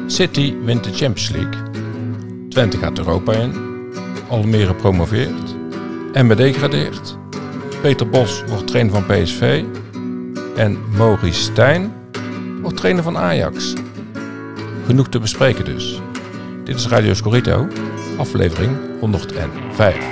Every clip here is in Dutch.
City wint de Champions League. Twente gaat Europa in. Almere promoveert. Emmen degradeert. Peter Bos wordt trainer van PSV. En Maurice Stijn wordt trainer van Ajax. Genoeg te bespreken dus. Dit is Radio Scorito, aflevering 105.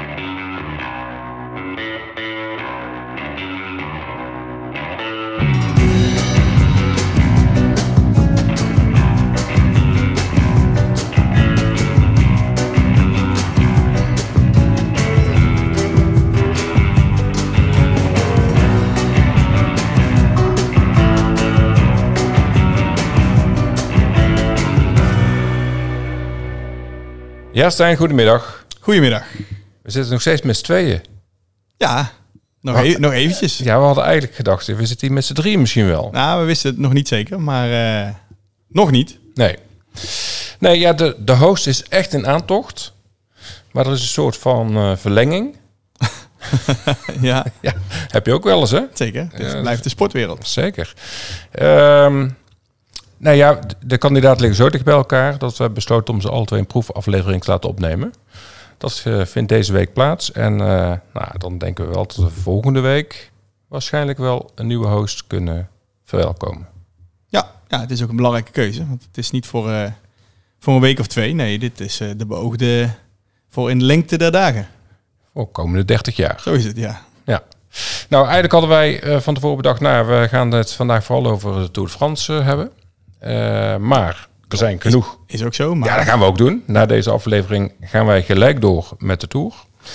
Ja, Stijn, goedemiddag. Goedemiddag. We zitten nog steeds met z'n tweeën. Ja, nog eventjes. Ja, we hadden eigenlijk gedacht, we zitten hier met z'n drieën misschien wel. Nou, we wisten het nog niet zeker, maar nog niet. Nee, ja, de host is echt in aantocht. Maar er is een soort van verlenging. Ja, Heb je ook wel eens, hè? zeker. Het blijft de sportwereld. Zeker. Nou ja, de kandidaten liggen zo dicht bij elkaar dat we besloten om ze alle twee een proefaflevering te laten opnemen. Dat vindt deze week plaats. En dan denken we wel dat we volgende week waarschijnlijk wel een nieuwe host kunnen verwelkomen. Ja, het is ook een belangrijke keuze. Want het is niet voor een week of twee. Nee, dit is de beoogde voor in de lengte der dagen. Voor de komende 30 jaar. Zo is het, ja. Ja. Nou, eigenlijk hadden wij van tevoren bedacht, we gaan het vandaag vooral over de Tour de France hebben. Maar er zijn genoeg. Is ook zo. Maar... Ja, dat gaan we ook doen. Na deze aflevering gaan wij gelijk door met de Tour.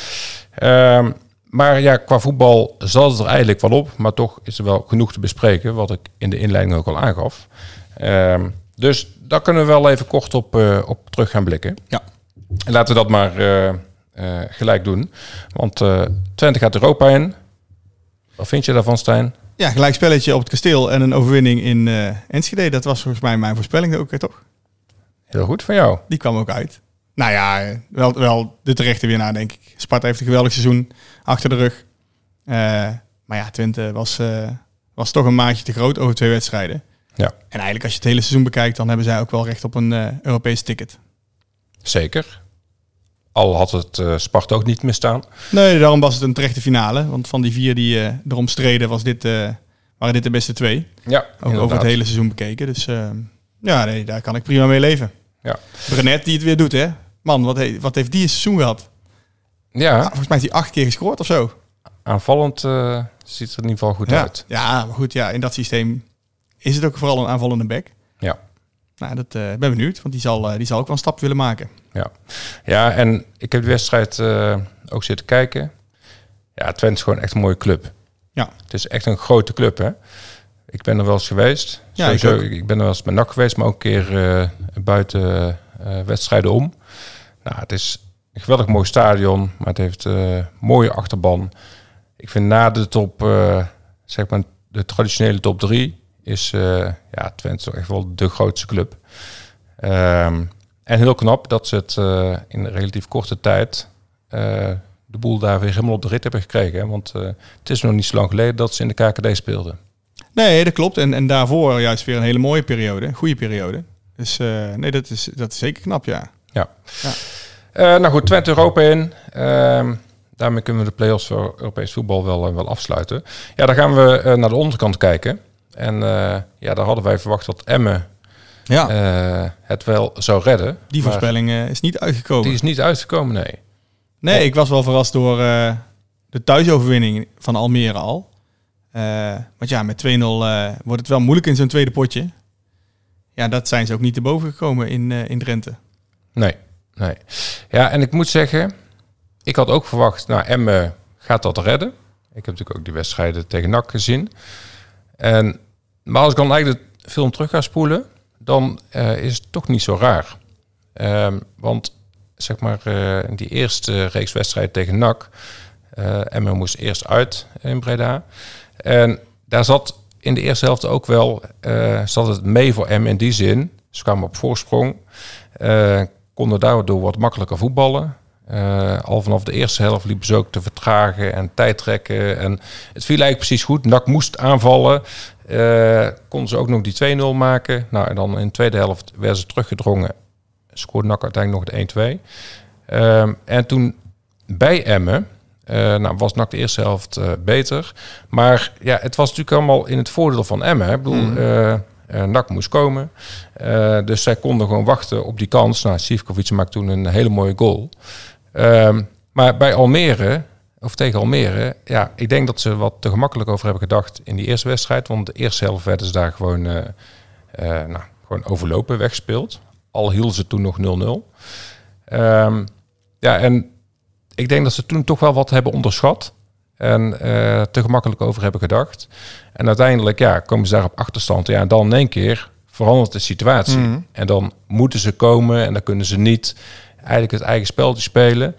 Maar ja, qua voetbal zat het er eigenlijk wel op. Maar toch is er wel genoeg te bespreken, wat ik in de inleiding ook al aangaf. Dus daar kunnen we wel even kort op terug gaan blikken. Ja. En laten we dat maar gelijk doen. Want Twente gaat Europa in. Wat vind je daarvan, Stijn? Ja, gelijk spelletje op het kasteel en een overwinning in Enschede. Dat was volgens mij mijn voorspelling ook, toch? Heel goed van jou. Die kwam ook uit. Nou ja, wel de terechte winnaar, denk ik. Sparta heeft een geweldig seizoen achter de rug. Maar ja, Twente was toch een maatje te groot over 2 wedstrijden. Ja. En eigenlijk als je het hele seizoen bekijkt, dan hebben zij ook wel recht op een Europees ticket. Zeker. Al had het Sparta ook niet mistaan. Nee, daarom was het een terechte finale. Want van die 4 die erom streden, waren dit de beste 2. Ja, ook inderdaad. over het hele seizoen bekeken. Dus daar kan ik prima mee leven. Ja. Brenet die het weer doet, hè? Man, wat heeft die een seizoen gehad? Ja. Volgens mij heeft hij 8 keer gescoord of zo. Aanvallend ziet er in ieder geval goed uit. Ja, maar goed, ja, in dat systeem is het ook vooral een aanvallende back. Ja. Nou, dat ben benieuwd, want die zal ook wel een stap willen maken. Ja, en ik heb de wedstrijd ook zitten kijken. Ja, Twente is gewoon echt een mooie club. Ja. Het is echt een grote club, hè. Ik ben er wel eens geweest. Ja, sowieso, ik ben er wel eens met NAC geweest, maar ook een keer buiten wedstrijden om. Nou, het is een geweldig mooi stadion, maar het heeft mooie achterban. Ik vind na de top, zeg maar de traditionele top 3, is Twente echt wel de grootste club. En heel knap dat ze het in een relatief korte tijd de boel daar weer helemaal op de rit hebben gekregen. Hè? Want het is nog niet zo lang geleden dat ze in de KKD speelden. Nee, dat klopt. En daarvoor juist weer een hele mooie periode. Een goede periode. Dus nee, dat is zeker knap, ja. Nou goed, Twente Europa in. Daarmee kunnen we de play-offs voor Europees voetbal wel afsluiten. Ja, dan gaan we naar de onderkant kijken. En daar hadden wij verwacht dat Emmen het wel zou redden. Die voorspelling is niet uitgekomen. Die is niet uitgekomen, nee. Nee, ik was wel verrast door de thuisoverwinning van Almere al. Want ja, met 2-0 wordt het wel moeilijk in zo'n tweede potje. Ja, dat zijn ze ook niet te boven gekomen in Drenthe. Nee. Ja, en ik moet zeggen, ik had ook verwacht, Emmen gaat dat redden. Ik heb natuurlijk ook die wedstrijden tegen NAC gezien. Maar als ik dan eigenlijk de film terug ga spoelen, dan is het toch niet zo raar. Want zeg maar in die eerste reeks wedstrijden tegen NAC, Emmen moest eerst uit in Breda. En daar zat in de eerste helft ook wel zat het mee voor Emmen in die zin. Ze kwamen op voorsprong, konden daardoor wat makkelijker voetballen. Al vanaf de eerste helft liepen ze ook te vertragen en tijd trekken. En het viel eigenlijk precies goed. NAC moest aanvallen. Konden ze ook nog die 2-0 maken. Nou, en dan in de tweede helft werden ze teruggedrongen. Scoorde NAC uiteindelijk nog de 1-2. En toen bij Emmen... was NAC de eerste helft beter. Maar ja, het was natuurlijk allemaal in het voordeel van Emmen. Ik bedoel, NAC moest komen. Dus zij konden gewoon wachten op die kans. Nou, Sivkovic maakt toen een hele mooie goal. Maar bij Almere, of tegen Almere... ja, ik denk dat ze wat te gemakkelijk over hebben gedacht in die eerste wedstrijd. Want de eerste helft werden ze daar gewoon, gewoon overlopen, weggespeeld. Al hielden ze toen nog 0-0. En ik denk dat ze toen toch wel wat hebben onderschat. En te gemakkelijk over hebben gedacht. En uiteindelijk komen ze daar op achterstand. Ja, en dan in één keer verandert de situatie. En dan moeten ze komen en dan kunnen ze niet eigenlijk het eigen speltje spelen.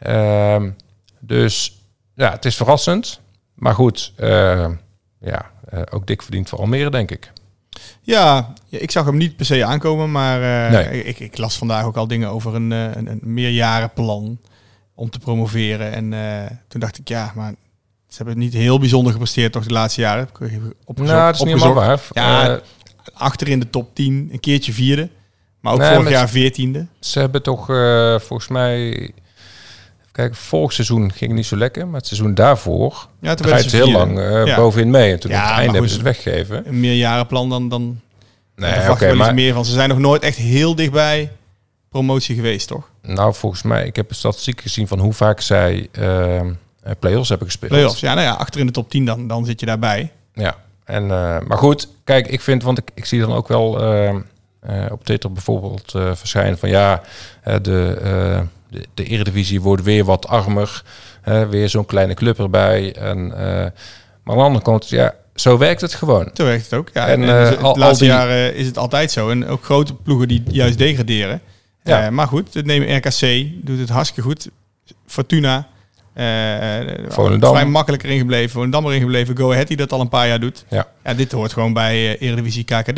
Dus ja, het is verrassend. Maar goed, ook dik verdiend voor Almere, denk ik. Ja, ik zag hem niet per se aankomen. Maar Nee. ik las vandaag ook al dingen over een meerjarenplan om te promoveren. En toen dacht ik, maar ze hebben het niet heel bijzonder gepresteerd toch de laatste jaren. Heb ik even opgezocht. Nou, dat is niet helemaal waar. Ja, achter in de top 10, een keertje 4e. Maar ook vorig jaar 14e. Ze hebben toch volgens mij... Kijk, vorig seizoen ging het niet zo lekker. Maar het seizoen daarvoor draait ze heel lang bovenin mee. En toen op het einde hebben ze het weggegeven. Een meerjarenplan dan nee, maar meer van. Ze zijn nog nooit echt heel dichtbij promotie geweest, toch? Nou, volgens mij, ik heb een statistiek gezien van hoe vaak zij play-offs hebben gespeeld. Play-offs, achter in de top 10 dan zit je daarbij. Ja, en, maar goed, kijk, ik vind, want ik zie dan ook wel op Twitter bijvoorbeeld verschijnen van de Eredivisie wordt weer wat armer. Weer zo'n kleine club erbij. En, maar aan de andere kant, zo werkt het gewoon. Zo werkt het ook. Ja, en de laatste jaren is het altijd zo. En ook grote ploegen die juist degraderen. Ja. Maar goed, het nemen RKC, doet het hartstikke goed. Fortuna, vrij makkelijk erin gebleven. Volendam erin gebleven. Go Ahead die dat al een paar jaar doet. Ja, dit hoort gewoon bij Eredivisie KKD.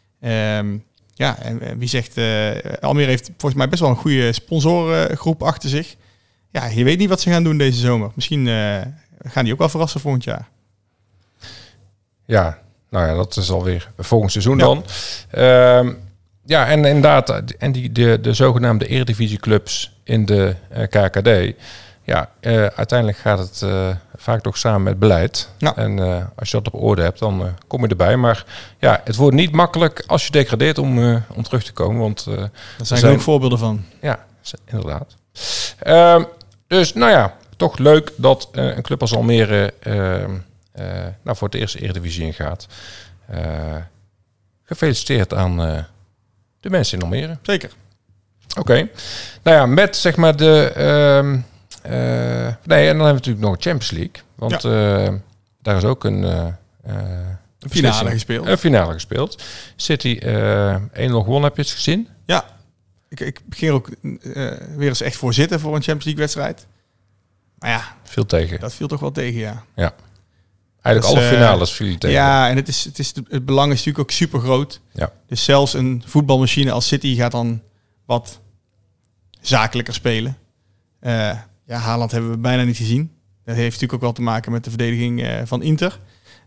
En wie zegt... Almere heeft volgens mij best wel een goede sponsorengroep achter zich. Ja, je weet niet wat ze gaan doen deze zomer. Misschien gaan die ook wel verrassen volgend jaar. Ja, nou ja, dat is alweer volgend seizoen dan. En inderdaad, en de zogenaamde eredivisieclubs in de KKD. Ja, uiteindelijk gaat het vaak toch samen met beleid. Ja. En als je dat op orde hebt, dan kom je erbij. Maar ja, het wordt niet makkelijk als je degradeert om terug te komen. Want daar zijn er ook voorbeelden van. Ja, inderdaad. Dus nou ja, toch leuk dat een club als Almere voor het eerste Eredivisie ingaat. Gefeliciteerd aan de mensen in Almere. Zeker. Oké. Nou ja, met zeg maar de... en dan hebben we natuurlijk nog Champions League. Want daar is ook een finale gespeeld. City 1-0 gewonnen, heb je het gezien? Ja. Ik ging er ook weer eens echt voor zitten voor een Champions League wedstrijd. Maar ja. Viel tegen. Dat viel toch wel tegen, ja. Ja. Eigenlijk alle finales viel tegen. Ja, en het belang is natuurlijk ook super groot. Ja. Dus zelfs een voetbalmachine als City gaat dan wat zakelijker spelen. Haaland hebben we bijna niet gezien. Dat heeft natuurlijk ook wel te maken met de verdediging van Inter.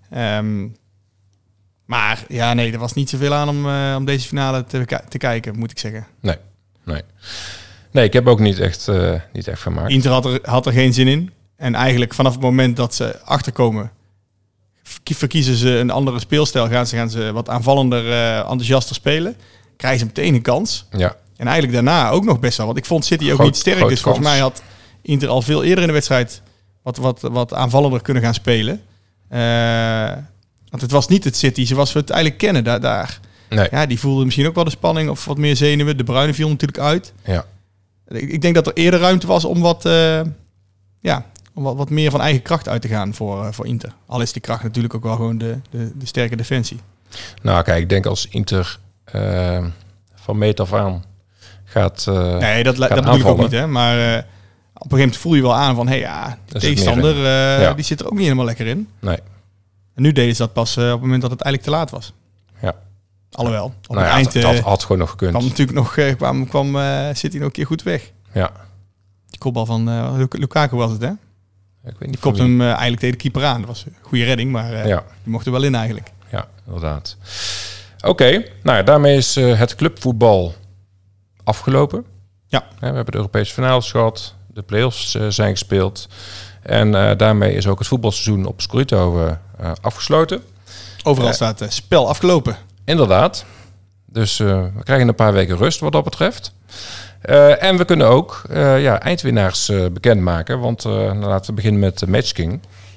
Maar ja, nee, er was niet zoveel aan om deze finale te kijken, moet ik zeggen. Nee, ik heb ook niet echt vermaakt. Inter had er geen zin in. En eigenlijk vanaf het moment dat ze achterkomen, verkiezen ze een andere speelstijl. Gaan ze wat aanvallender, enthousiaster spelen. Krijgen ze meteen een kans. Ja. En eigenlijk daarna ook nog best wel. Want ik vond City ook niet sterk. Dus volgens mij had Inter al veel eerder in de wedstrijd wat aanvallender kunnen gaan spelen. Want het was niet het City zoals we het eigenlijk kennen daar. Nee. Ja, die voelden misschien ook wel de spanning of wat meer zenuwen. De Bruyne viel natuurlijk uit. Ja. Ik denk dat er eerder ruimte was om wat meer van eigen kracht uit te gaan voor Inter. Al is die kracht natuurlijk ook wel gewoon de sterke defensie. Nou kijk, ik denk als Inter van meet af aan gaat nee, dat bedoel ik ook niet. Hè? Maar op een gegeven moment voel je wel aan van... de tegenstander die zit er ook niet helemaal lekker in. Nee. En nu deden ze dat pas op het moment dat het eigenlijk te laat was. Ja. Alhoewel, op het eind... dat had gewoon nog gekund. Kwam natuurlijk kwam City nog een keer goed weg. Ja. kopbal van Lukaku was het, hè? Ik weet niet. Die kopt hem eigenlijk tegen de keeper aan. Dat was een goede redding, maar die mocht er wel in eigenlijk. Ja, inderdaad. Oké, nou daarmee is het clubvoetbal afgelopen. Ja. We hebben de Europese finales gehad. De play-offs zijn gespeeld. En daarmee is ook het voetbalseizoen op Scorito afgesloten. Overal staat het spel afgelopen. Inderdaad. Dus we krijgen een paar weken rust wat dat betreft. En we kunnen ook eindwinnaars bekendmaken. Want laten we beginnen met Match King.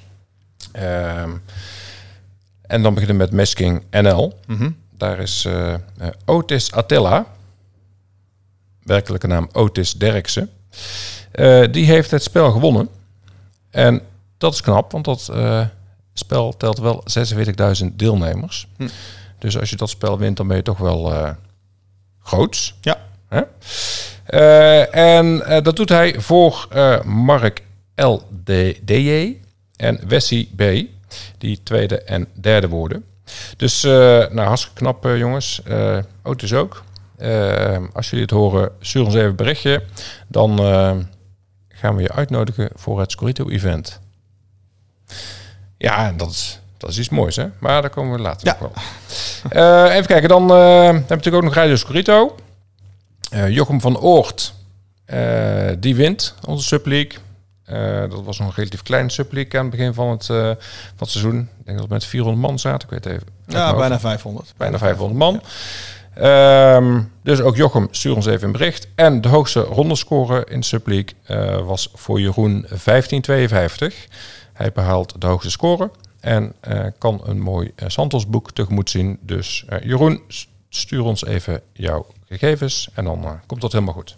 En dan beginnen we met Match King NL. Mm-hmm. Daar is Otis Attila. Werkelijke naam Otis Derksen. Die heeft het spel gewonnen. En dat is knap, want dat spel telt wel 46.000 deelnemers. Dus als je dat spel wint, dan ben je toch wel groots. Ja. En dat doet hij voor Mark LDJ en Wessie B. Die tweede en derde worden. Dus hartstikke knap jongens. Otis ook. Als jullie het horen, stuur ons even een berichtje. Dan gaan we je uitnodigen voor het Scorito-event. Ja, dat is iets moois, hè? Maar daar komen we later nog wel. Even kijken, dan hebben we natuurlijk ook nog Radio Scorito. Jochem van Oort, die wint onze Subleague. Dat was nog een relatief kleine Subleague aan het begin van het seizoen. Ik denk dat het met 400 man zaten. Ik weet even. Ja, bijna 500. Bijna 500 man. Ja. Dus ook Jochem, stuur ons even een bericht. En de hoogste rondescore in de Subleague was voor Jeroen 1552. Hij behaalt de hoogste score en kan een mooi Santos-boek tegemoet zien. Dus Jeroen, stuur ons even jouw gegevens en dan komt dat helemaal goed.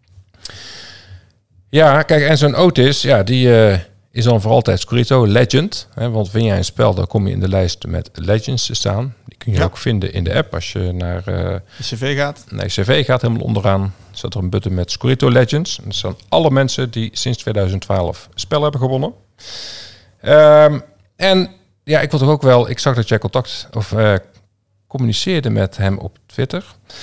Ja, kijk, en zo'n Otis, die is dan voor altijd Scorito Legend. Hè, want win jij een spel, dan kom je in de lijst met Legends te staan. Die kun je ook vinden in de app als je naar de CV gaat. Nee, CV gaat helemaal onderaan. Staat er een button met Scorito Legends. En dat zijn alle mensen die sinds 2012 spel hebben gewonnen. En ja, ik wil toch ook wel. Ik zag dat jij communiceerde met hem op Twitter.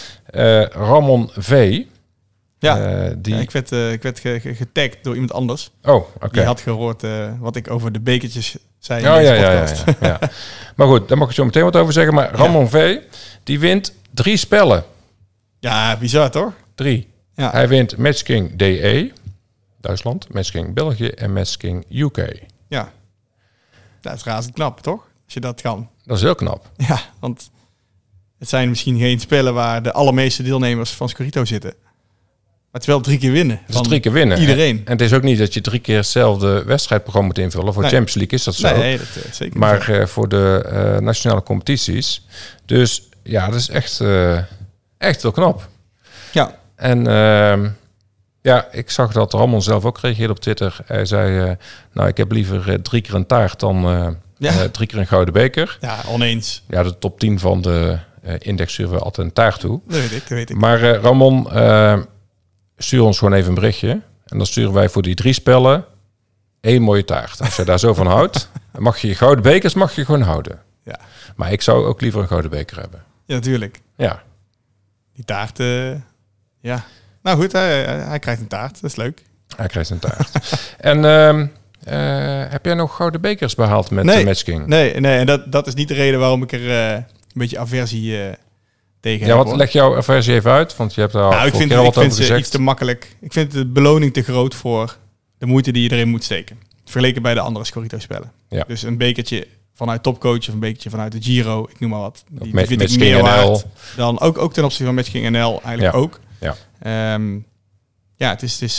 Ramon V. Ja, ik werd getagd door iemand anders. Oh, oké. Die had gehoord wat ik over de bekertjes zei in deze podcast. Ja. Maar goed, daar mag ik zo meteen wat over zeggen. Maar Ramon V, die wint 3 spellen. Ja, bizar toch? 3. Ja. Hij wint Match King DE, Duitsland, Match King België en Match King UK. Ja, dat is razend knap, toch? Als je dat kan. Dat is heel knap. Ja, want het zijn misschien geen spellen waar de allermeeste deelnemers van Scorito zitten. Maar het is wel 3 keer winnen. Het is 3 keer winnen. Iedereen. En het is ook niet dat je 3 keer hetzelfde wedstrijdprogramma moet invullen. Voor Champions League is dat zo. Nee, dat zeker. Maar voor de nationale competities. Dus ja, dat is echt heel knap. Ja. En ik zag dat Ramon zelf ook reageerde op Twitter. Hij zei, ik heb liever 3 keer een taart dan 3 keer een gouden beker. Ja, oneens. Ja, de top 10 van de index sturen we altijd een taart toe. Dat weet ik. Maar Ramon, stuur ons gewoon even een berichtje. En dan sturen wij voor die 3 spellen 1 mooie taart. Als je daar zo van houdt, dan mag je gouden bekers gewoon houden. Ja. Maar ik zou ook liever een gouden beker hebben. Ja, natuurlijk. Ja. Die taart, ja. Nou goed, hij krijgt een taart. Dat is leuk. Hij krijgt een taart. En heb jij nog gouden bekers behaald met de Match King? Nee. En dat is niet de reden waarom ik er een beetje aversie tegen heb. Ja, wat leg jouw aversie even uit? Want je hebt daar ik vind ze iets te makkelijk. Ik vind de beloning te groot voor de moeite die je erin moet steken. Vergeleken bij de andere Scorito-spellen. Ja. Dus een bekertje vanuit Topcoach of een bekertje vanuit de Giro, ik noem maar wat. Die vind ik meer waard dan ook ten opzichte van Match King NL eigenlijk ook. Ja. Het is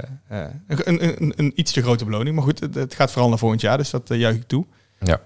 een iets te grote beloning. Maar goed, het gaat vooral naar volgend jaar, dus dat juich ik toe. Ja.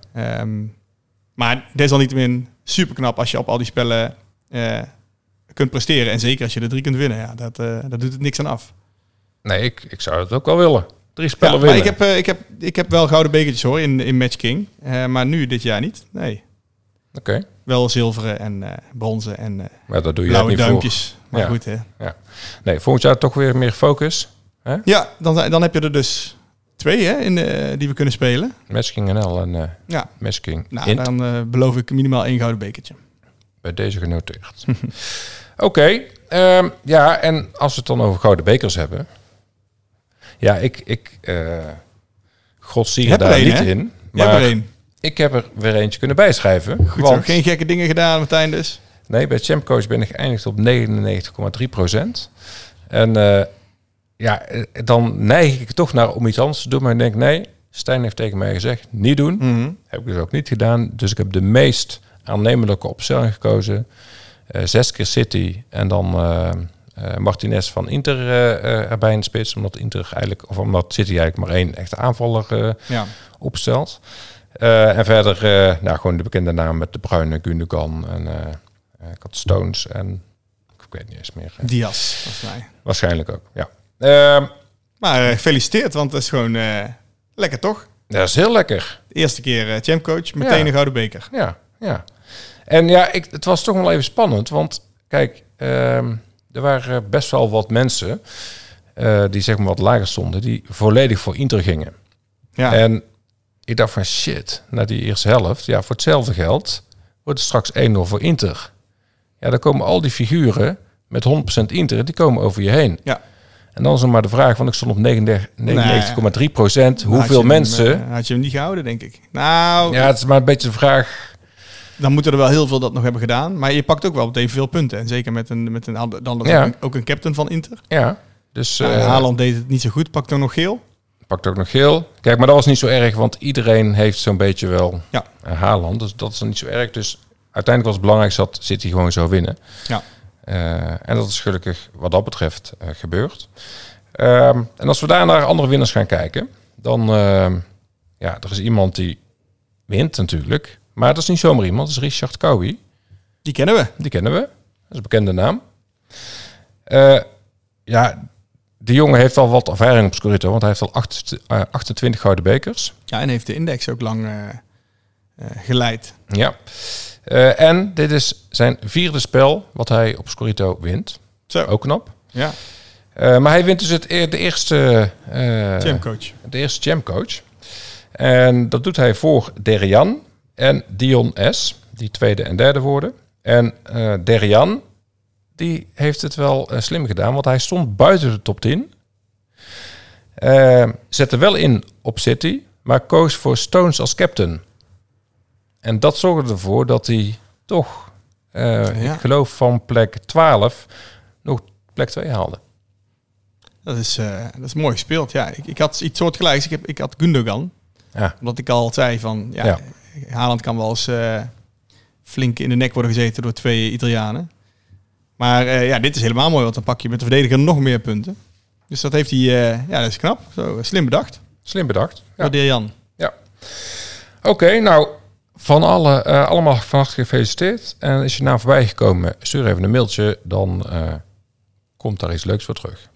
Maar desalniettemin super knap als je op al die spellen kunt presteren. En zeker als je er 3 kunt winnen. Ja, dat doet het niks aan af. Nee, ik zou het ook wel willen. 3 spellen winnen. Maar ik heb wel gouden bekertjes hoor in Match King. Maar nu dit jaar niet. Nee. Oké. Wel zilveren en bronzen en maar dat doe je blauwe niet duimpjes. Voor. Maar goed hè. Ja. Nee, volgend jaar toch weer meer focus. Hè? Ja, dan heb je er dus 2 hè, die we kunnen spelen. Match King NL en Match King Int. Dan beloof ik minimaal 1 gouden bekertje. Bij deze genoteerd. Oké. En als we het dan over gouden bekers hebben. Ja, ik gods Je hebt daar er één, niet hè? in. Je hebt Maar er één. ik heb er weer eentje kunnen bijschrijven. Goed zo. Geen gekke dingen gedaan, Martijn dus. Nee, bij Champcoach ben ik geëindigd op 99,3%. En dan neig ik toch naar om iets anders te doen. Maar ik denk, nee, Stijn heeft tegen mij gezegd, niet doen. Mm-hmm. Heb ik dus ook niet gedaan. Dus ik heb de meest aannemelijke opstelling gekozen. 6 keer City en dan Martinez van Inter erbij in de spits. Omdat City eigenlijk maar 1 echte aanvaller opstelt. En verder gewoon de bekende naam met De Bruyne, Gundogan en ik had Stones en ik weet niet eens meer. Diaz, volgens mij. Waarschijnlijk ook, ja. Maar gefeliciteerd, want het is gewoon lekker toch? Dat is heel lekker. De eerste keer champcoach, meteen een gouden beker. Ja. En ja, het was toch wel even spannend, want kijk, er waren best wel wat mensen die zeg maar wat lager stonden, die volledig voor Inter gingen. Ja. En ik dacht van shit, na die eerste helft, voor hetzelfde geld wordt het straks 1-0 voor Inter. Ja, dan komen al die figuren met 100% Inter, die komen over je heen. Ja. En dan is er maar de vraag, want ik stond op 99,3%. Hoeveel mensen... had je hem niet gehouden, denk ik. Nou... Ja, het is maar een beetje de vraag... Dan moeten er wel heel veel dat nog hebben gedaan. Maar je pakt ook wel meteen veel punten. En zeker met ook een captain van Inter. Ja, dus... Haaland deed het niet zo goed. Pakt ook nog geel. Pakt ook nog geel. Kijk, maar dat was niet zo erg, want iedereen heeft zo'n beetje wel Haaland. Dus dat is dan niet zo erg. Dus uiteindelijk was het belangrijkste dat City gewoon zou winnen. Ja. En dat is gelukkig wat dat betreft gebeurd. En als we daar naar andere winnaars gaan kijken, dan er is iemand die wint natuurlijk. Maar dat is niet zomaar iemand, dat is Richard Couy. Die kennen we. Dat is een bekende naam. De jongen heeft al wat ervaring op Scorito, want hij heeft al 28 gouden bekers. Ja, en heeft de index ook lang geleid. Ja. En dit is zijn 4e spel wat hij op Scorito wint. Zo. Ook knap. Ja. Maar hij wint dus de eerste champcoach. De eerste champcoach. En dat doet hij voor Derian en Dion S. Die 2e en 3e worden. En Derian, die heeft het wel slim gedaan, want hij stond buiten de top 10. Zette wel in op City, maar koos voor Stones als captain. En dat zorgde ervoor dat hij toch, ik geloof van plek 12, nog plek 2 haalde. Dat is mooi gespeeld. Ja, ik had iets soortgelijks. Ik had Gundogan. Ja. Omdat ik al zei van, Haaland kan wel eens flink in de nek worden gezeten door 2 Italianen. Maar dit is helemaal mooi, want dan pak je met de verdediger nog meer punten. Dus dat heeft hij, dat is knap. Zo, slim bedacht. Slim bedacht. Door Dejan. Ja. Oké, nou, van allemaal van harte gefeliciteerd. En is je naam voorbij gekomen, stuur even een mailtje. Dan komt daar iets leuks voor terug.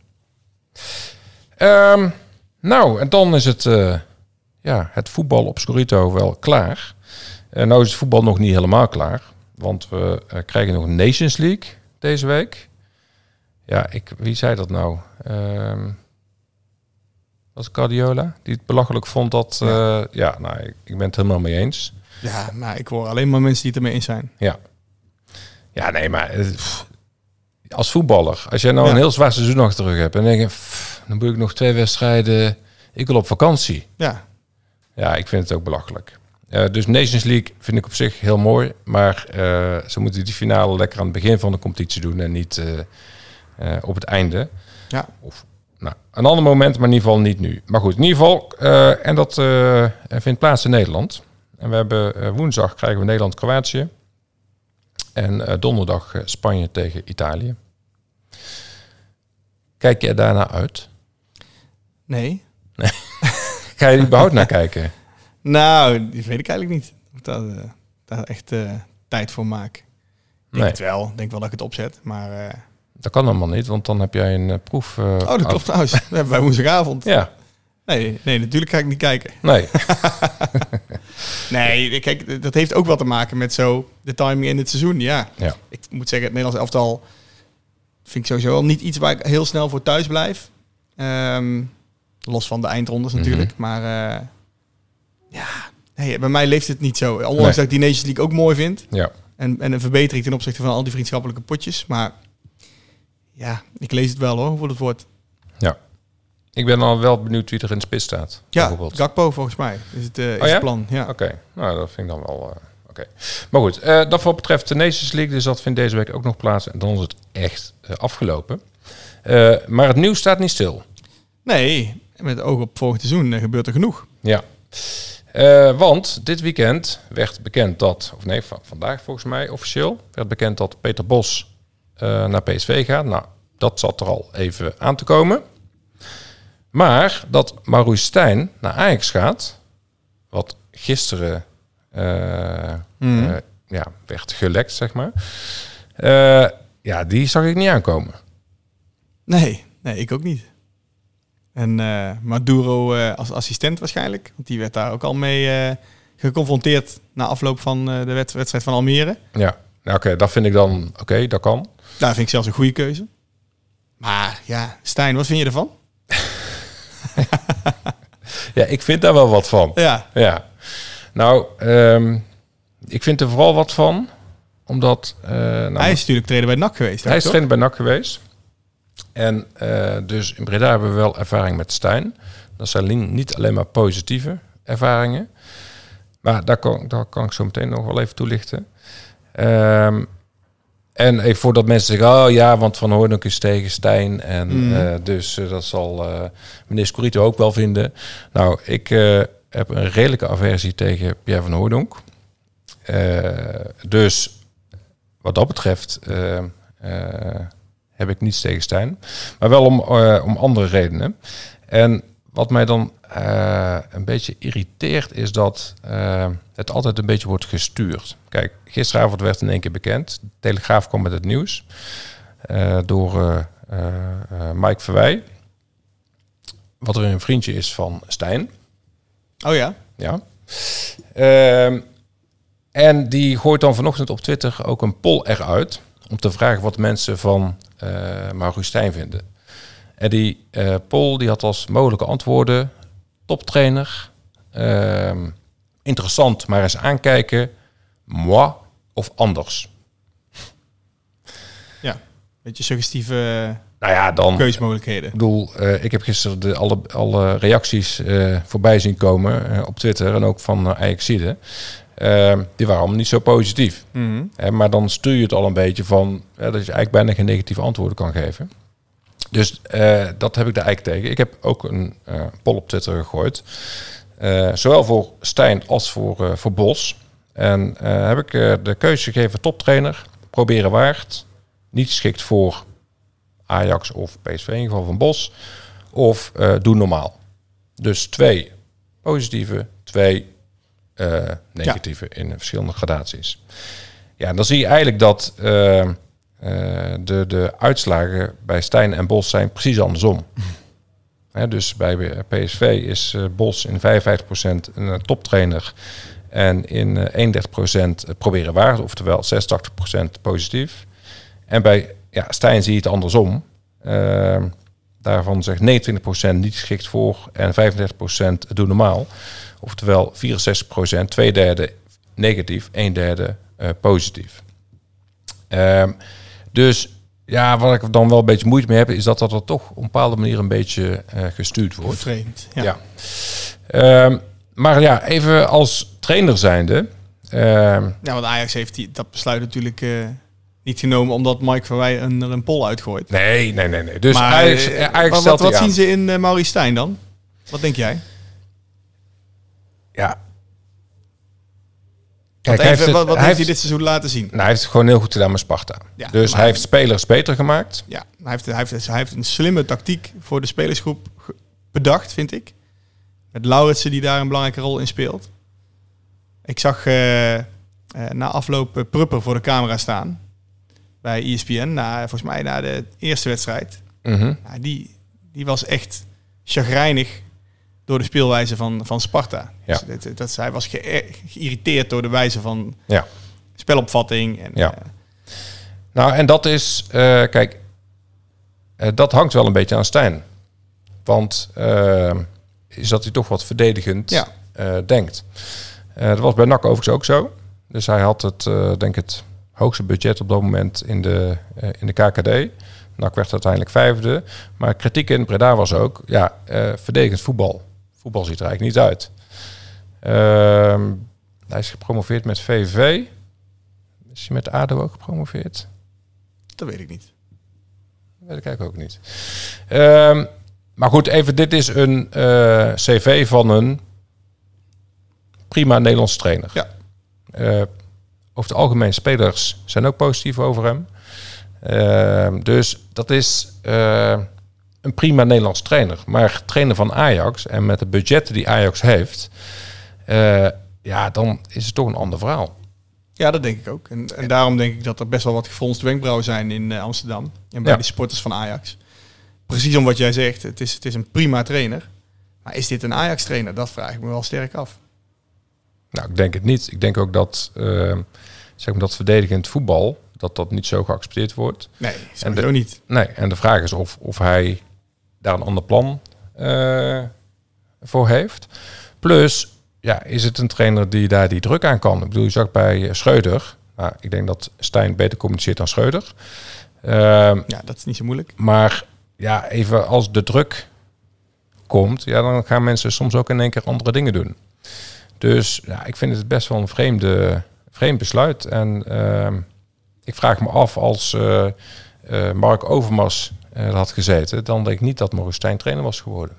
Nou, en dan is het voetbal op Scorito wel klaar. Nou is het voetbal nog niet helemaal klaar. Want we krijgen nog een Nations League deze week. Ja, wie zei dat nou? Was het Guardiola? Die het belachelijk vond dat... ik ben het helemaal mee eens. Ja, maar ik hoor alleen maar mensen die het ermee eens zijn. Ja, nee, maar... als voetballer, als jij nou een heel zwaar seizoen achter de rug hebt... en dan denk je, dan moet ik nog 2 wedstrijden... Ik wil op vakantie. Ja, ik vind het ook belachelijk. Dus Nations League vind ik op zich heel mooi. Maar ze moeten die finale lekker aan het begin van de competitie doen... en niet op het einde. Ja. Of een ander moment, maar in ieder geval niet nu. Maar goed, in ieder geval... en dat vindt plaats in Nederland. En we hebben woensdag krijgen we Nederland-Kroatië... En donderdag Spanje tegen Italië. Kijk je daarna uit? Nee. Ga je er überhaupt naar kijken? Nou, die weet ik eigenlijk niet. Of daar echt tijd voor maak. Denk het wel. Ik denk wel dat ik het opzet. Maar dat kan allemaal niet, want dan heb jij een proef. dat klopt trouwens. Dat hebben wij woensdagavond. Ja. Nee, natuurlijk ga ik niet kijken. Nee. Nee, kijk, dat heeft ook wat te maken met zo de timing in het seizoen. Ja. Ik moet zeggen, het Nederlands elftal vind ik sowieso al niet iets waar ik heel snel voor thuis blijf. Los van de eindrondes natuurlijk. Maar bij mij leeft het niet zo. Ondanks dat ik die Nations League ook mooi vind. Ja. En een verbetering ten opzichte van al die vriendschappelijke potjes. Maar ja, ik lees het wel hoor, hoeveel het wordt. Ik ben dan wel benieuwd wie er in de spits staat. Ja, Gakpo volgens mij is het plan. Ja. Oké. Nou, dat vind ik dan wel... Oké. Maar goed, dat wat betreft de Nations League, dus dat vindt deze week ook nog plaats. En dan is het echt afgelopen. Maar het nieuws staat niet stil. Nee, met oog op volgend seizoen gebeurt er genoeg. Ja. Want dit weekend werd bekend dat... Of nee, vandaag volgens mij officieel... werd bekend dat Peter Bos naar PSV gaat. Nou, dat zat er al even aan te komen. Maar dat Marouis Stijn naar Ajax gaat... wat gisteren werd gelekt, zeg maar... die zag ik niet aankomen. Nee, ik ook niet. En Maduro als assistent waarschijnlijk. Want die werd daar ook al mee geconfronteerd... na afloop van de wedstrijd van Almere. Ja, oké, dat vind ik dan... Oké, dat kan. Daar vind ik zelfs een goede keuze. Maar ja, Stijn, wat vind je ervan? Ja, ik vind daar wel wat van. Ja. Nou, ik vind er vooral wat van, omdat... hij is natuurlijk trainer bij NAC geweest. Hij is trainer bij NAC geweest. En dus in Breda hebben we wel ervaring met Stijn. Dat zijn niet alleen maar positieve ervaringen. Maar daar kan ik zo meteen nog wel even toelichten. En even voordat mensen zeggen... oh ja, want Van Hooijdonk is tegen Stijn. En dus dat zal meneer Scorito ook wel vinden. Nou, ik heb een redelijke aversie tegen Pierre Van Hooijdonk. Dus wat dat betreft... heb ik niets tegen Stijn. Maar wel om andere redenen. En wat mij dan een beetje irriteert... is dat het altijd een beetje wordt gestuurd. Kijk, gisteravond werd in één keer bekend. De Telegraaf kwam met het nieuws. Door Mike Verwij. Wat er een vriendje is van Stijn. Oh ja? Ja. En die gooit dan vanochtend op Twitter ook een poll eruit... om te vragen wat mensen van Marouis Stijn vinden. En die poll die had als mogelijke antwoorden... toptrainer, interessant, maar eens aankijken... moi of anders. Ja, beetje suggestieve keusmogelijkheden. Ik bedoel, ik heb gisteren alle reacties voorbij zien komen op Twitter... en ook van Ajaxide. Die waren allemaal niet zo positief. Mm-hmm. Maar dan stuur je het al een beetje van... dat je eigenlijk bijna geen negatieve antwoorden kan geven. Dus dat heb ik daar eigenlijk tegen. Ik heb ook een poll op Twitter gegooid. Zowel voor Stijn als voor Bos. En heb ik de keuze gegeven toptrainer. Proberen waard. Niet geschikt voor Ajax of PSV, in ieder geval van Bos. Of doe normaal. Dus 2 positieve, 2... negatieve in verschillende gradaties. Ja, dan zie je eigenlijk dat de uitslagen bij Stijn en Bos zijn precies andersom. Dus bij PSV is Bos in 55% een toptrainer en in 31% proberen waard, oftewel 86% positief. En bij Stijn zie je het andersom. Daarvan zegt 29% niet geschikt voor en 35% doe normaal. Oftewel 64%, 2/3 negatief, 1/3 positief. Dus ja, wat ik dan wel een beetje moeite mee heb... is dat er toch op een bepaalde manier een beetje gestuurd wordt. Vreemd, ja. Maar ja, even als trainer zijnde... want Ajax heeft dat besluit natuurlijk niet genomen... omdat Mike Verwij er een poll uitgooit. Nee. Dus maar, Ajax wat zien ze in Marouis Stijn dan? Wat denk jij? Ja. Kijk, wat heeft hij dit seizoen laten zien? Nou, hij heeft het gewoon heel goed gedaan met Sparta. Ja, dus hij heeft spelers beter gemaakt. Ja, hij heeft een slimme tactiek voor de spelersgroep bedacht, vind ik. Met Lauritsen die daar een belangrijke rol in speelt. Ik zag na afloop Prupper voor de camera staan. Bij ESPN. Volgens mij na de eerste wedstrijd. Mm-hmm. Die was echt chagrijnig... door de speelwijze van Sparta. Ja. Dus hij was geïrriteerd door de wijze van spelopvatting. En, Nou, en dat is... dat hangt wel een beetje aan Stijn. Want is dat hij toch wat verdedigend denkt. Dat was bij NAC overigens ook zo. Dus hij had het hoogste budget op dat moment in de KKD. NAC werd uiteindelijk 5e. Maar kritiek in Breda was ook, verdedigend voetbal. Voetbal ziet er eigenlijk niet uit. Hij is gepromoveerd met VVV. Is hij met ADO ook gepromoveerd? Dat weet ik niet. Dat weet ik eigenlijk ook niet. Maar goed, even, dit is een cv van een prima Nederlandse trainer. Ja. Over het algemeen, spelers zijn ook positief over hem. Dus dat is een prima Nederlands trainer. Maar trainer van Ajax en met de budgetten die Ajax heeft, dan is het toch een ander verhaal. Ja, dat denk ik ook. En daarom denk ik dat er best wel wat gefronste wenkbrauwen zijn in Amsterdam. En bij de supporters van Ajax. Precies om wat jij zegt. Het is een prima trainer. Maar is dit een Ajax-trainer? Dat vraag ik me wel sterk af. Nou, ik denk het niet. Ik denk ook dat, dat verdedigend voetbal, dat niet zo geaccepteerd wordt. Nee, sowieso niet. Nee, en de vraag is of hij daar een ander plan voor heeft. Plus, is het een trainer die daar die druk aan kan? Ik bedoel, je zag bij Schreuder. Nou, ik denk dat Stijn beter communiceert dan Schreuder. Dat is niet zo moeilijk. Maar even als de druk komt, dan gaan mensen soms ook in één keer andere dingen doen. Dus ik vind het best wel een vreemd besluit. En ik vraag me af, als Mark Overmars had gezeten, dan denk ik niet dat Maurice Stijn trainer was geworden.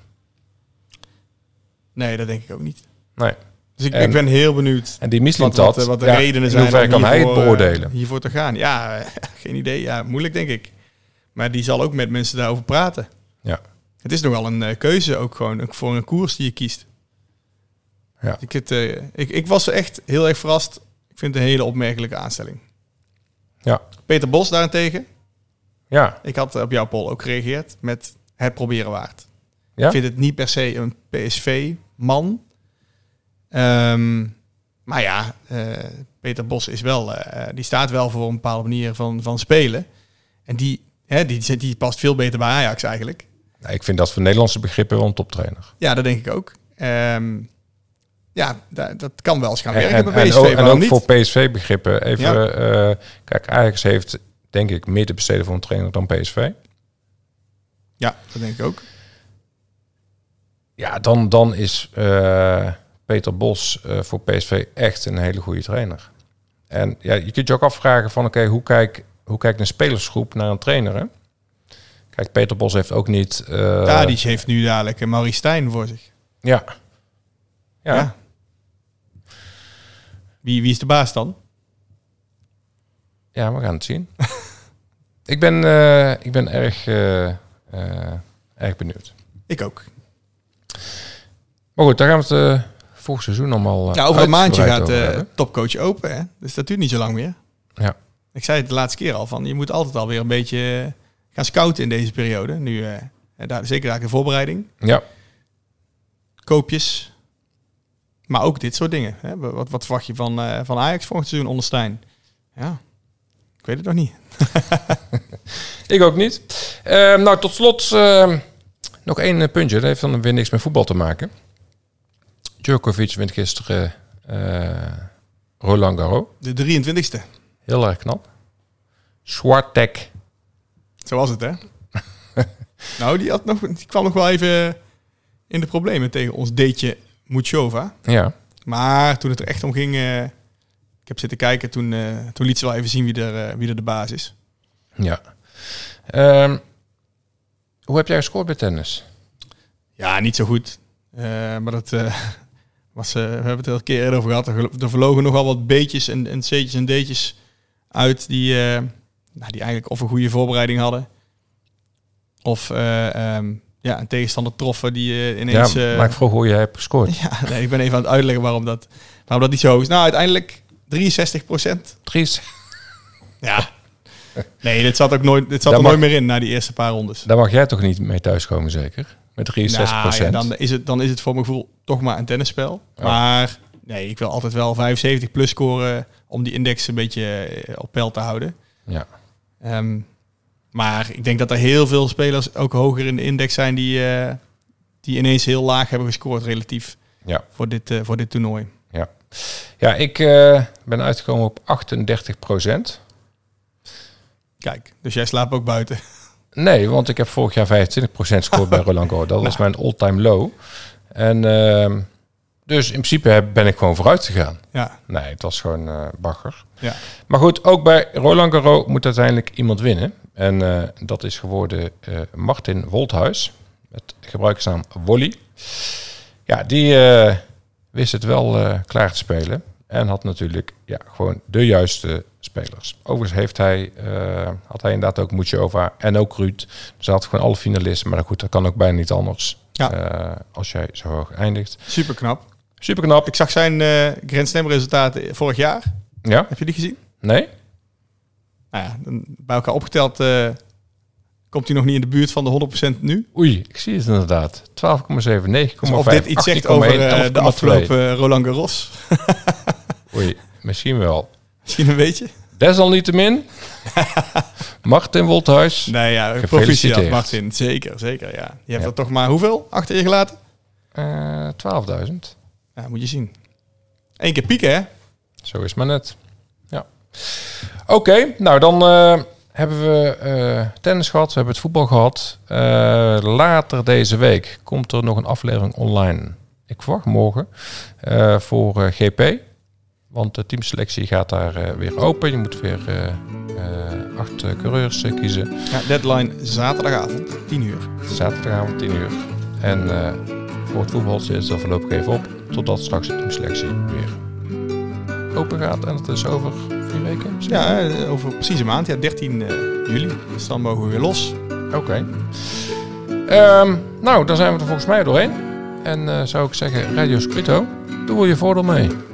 Nee, dat denk ik ook niet. Nee. Dus ik ben heel benieuwd. En die Mislintat, wat de redenen zijn. In hoeverre kan hij het beoordelen? Hiervoor te gaan. Ja, geen idee. Ja, moeilijk denk ik. Maar die zal ook met mensen daarover praten. Ja. Het is nogal een keuze ook gewoon voor een koers die je kiest. Ja. Ik was echt heel erg verrast. Ik vind het een hele opmerkelijke aanstelling. Ja. Peter Bos daarentegen. Ja. Ik had op jouw poll ook gereageerd met het proberen waard. Ja? Ik vind het niet per se een PSV-man. Maar Peter Bos is wel, die staat wel voor een bepaalde manier van spelen. En die past veel beter bij Ajax eigenlijk. Nou, ik vind dat voor Nederlandse begrippen wel een toptrainer. Ja, dat denk ik ook. Dat kan wel eens gaan werken bij PSV. En ook niet? voor PSV-begrippen. Even, kijk, Ajax heeft denk ik meer te besteden voor een trainer dan PSV. Ja, dat denk ik ook. Ja, dan is Peter Bos voor PSV echt een hele goede trainer. En je kunt je ook afvragen van hoe kijkt een spelersgroep naar een trainer, hè? Kijk, Peter Bos heeft ook niet... Tadic heeft nu dadelijk Maurice Stijn voor zich. Ja. Wie is de baas dan? Ja, we gaan het zien. Ik ben erg benieuwd. Ik ook. Maar goed, daar gaan we het volgend seizoen allemaal over een maandje gaat de Topcoach open, hè? Dus dat duurt niet zo lang meer. Ja. Ik zei het de laatste keer al, van je moet altijd alweer een beetje gaan scouten in deze periode. Nu, zeker daar de voorbereiding. Ja. Koopjes. Maar ook dit soort dingen. Hè? Wat verwacht je van Ajax volgend seizoen onder Stijn? Ja, ik weet het nog niet. Ik ook niet. Tot slot nog één puntje. Dat heeft dan weer niks met voetbal te maken. Djokovic wint gisteren Roland Garros. De 23e. Heel erg knap. Swiatek. Zo was het, hè? Nou, die kwam nog wel even in de problemen tegen ons Deetje Muchova. Ja. Maar toen het er echt om ging... ik heb zitten kijken, toen liet ze wel even zien wie er de baas is. Ja. Hoe heb jij gescoord bij tennis? Ja, niet zo goed. Maar dat was... we hebben het er een keer eerder over gehad. Er verlogen nogal wat B'tjes en C'tjes en D'tjes uit die eigenlijk of een goede voorbereiding hadden. Of een tegenstander troffen die ineens... Ja, maar ik vroeg hoe je hebt gescoord. Ja, nee, ik ben even aan het uitleggen waarom dat niet zo hoog is. Nou, uiteindelijk 63%. Ja. Nee, dit zat er nooit meer in na die eerste paar rondes. Daar mag jij toch niet mee thuiskomen, zeker? Met 63%. Nou, ja, dan is het voor mijn gevoel toch maar een tennisspel. Ja. Maar nee, ik wil altijd wel 75 plus scoren om die index een beetje op peil te houden. Ja. Maar ik denk dat er heel veel spelers ook hoger in de index zijn die ineens heel laag hebben gescoord relatief voor dit toernooi. Ja, ik ben uitgekomen op 38%. Kijk, dus jij slaapt ook buiten. Nee, want ik heb vorig jaar 25% gescoord bij Roland Garros. Dat was mijn all-time low. En dus in principe ben ik gewoon vooruit gegaan. Ja. Nee, het was gewoon bagger. Ja. Maar goed, ook bij Roland Garros moet uiteindelijk iemand winnen. En dat is geworden Martin Wolthuis. Met gebruikersnaam Wolly. Ja, die wist het wel klaar te spelen. En had natuurlijk gewoon de juiste spelers. Overigens had hij inderdaad ook Muchova en ook Ruud. Dus hij had gewoon alle finalisten. Maar goed, dat kan ook bijna niet anders. Ja. Als jij zo hoog eindigt. Super knap. Super knap. Ik zag zijn Grand Slam resultaten vorig jaar. Ja. Heb je die gezien? Nee. Nou ja, bij elkaar opgeteld komt hij nog niet in de buurt van de 100% nu. Oei, ik zie het inderdaad. 12,7, 9,5. Dus of dit iets zegt over de afgelopen Roland Garros. Oei, misschien wel. Misschien een beetje. Desalniettemin, Martin Wolthuis. Nee, ja, proficiat Martin. Zeker, ja. Je hebt er toch maar hoeveel achter je gelaten? 12.000. Ja, moet je zien. 1 keer pieken, hè? Zo is maar net. Ja. Oké, nou dan hebben we tennis gehad. We hebben het voetbal gehad. Later deze week komt er nog een aflevering online. Ik verwacht morgen voor GP. Want de teamselectie gaat daar weer open. Je moet weer 8 coureurs kiezen. Ja, deadline zaterdagavond, 10 uur. Zaterdagavond, 10 uur. En voor het voetbal zit het er voorlopig even op. Totdat straks de teamselectie weer open gaat. En dat is over 4 weken? Ja, over precies een maand. Ja, 13 juli. Dus dan mogen we weer los. Oké. Nou, dan zijn we er volgens mij doorheen. En zou ik zeggen, Radio Scrito, doe er je voordeel mee.